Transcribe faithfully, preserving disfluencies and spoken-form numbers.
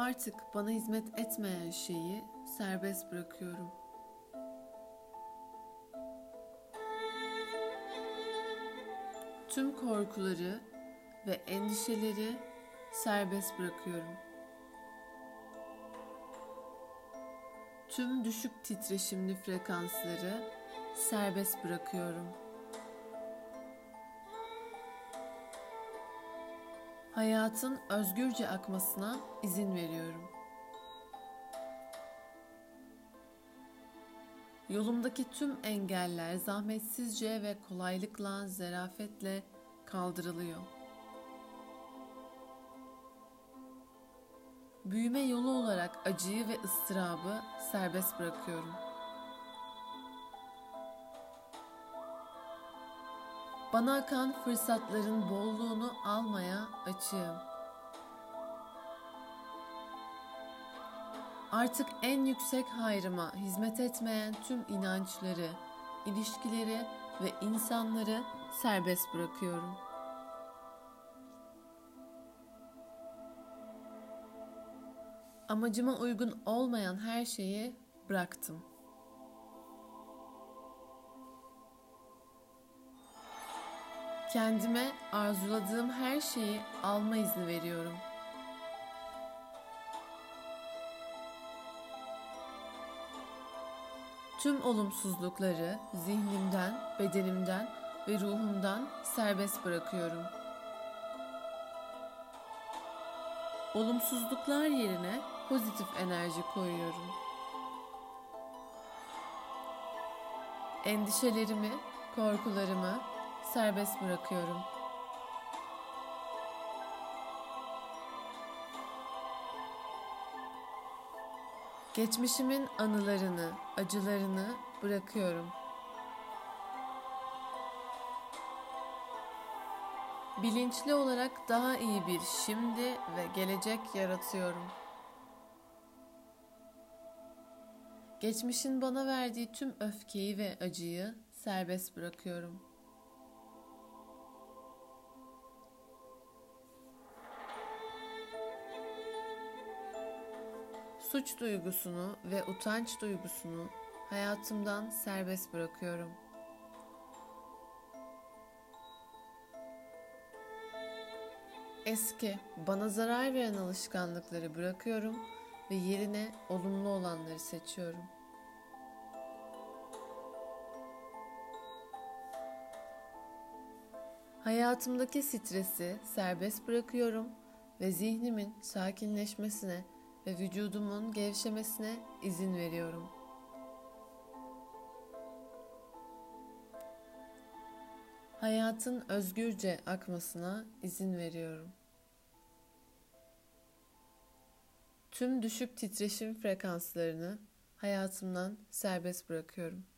Artık bana hizmet etmeyen şeyi serbest bırakıyorum. Tüm korkuları ve endişeleri serbest bırakıyorum. Tüm düşük titreşimli frekansları serbest bırakıyorum. Hayatın özgürce akmasına izin veriyorum. Yolumdaki tüm engeller zahmetsizce ve kolaylıkla, zarafetle kaldırılıyor. Büyüme yolu olarak acıyı ve ıstırabı serbest bırakıyorum. Bana akan fırsatların bolluğunu almaya açığım. Artık en yüksek hayrıma hizmet etmeyen tüm inançları, ilişkileri ve insanları serbest bırakıyorum. Amacıma uygun olmayan her şeyi bıraktım. Kendime arzuladığım her şeyi alma izni veriyorum. Tüm olumsuzlukları zihnimden, bedenimden ve ruhumdan serbest bırakıyorum. Olumsuzluklar yerine pozitif enerji koyuyorum. Endişelerimi, korkularımı serbest bırakıyorum. Geçmişimin anılarını, acılarını bırakıyorum. Bilinçli olarak daha iyi bir şimdi ve gelecek yaratıyorum. Geçmişin bana verdiği tüm öfkeyi ve acıyı serbest bırakıyorum. Suç duygusunu ve utanç duygusunu hayatımdan serbest bırakıyorum. Eski, bana zarar veren alışkanlıkları bırakıyorum ve yerine olumlu olanları seçiyorum. Hayatımdaki stresi serbest bırakıyorum ve zihnimin sakinleşmesine ve vücudumun gevşemesine izin veriyorum. Hayatın özgürce akmasına izin veriyorum. Tüm düşük titreşim frekanslarını hayatımdan serbest bırakıyorum.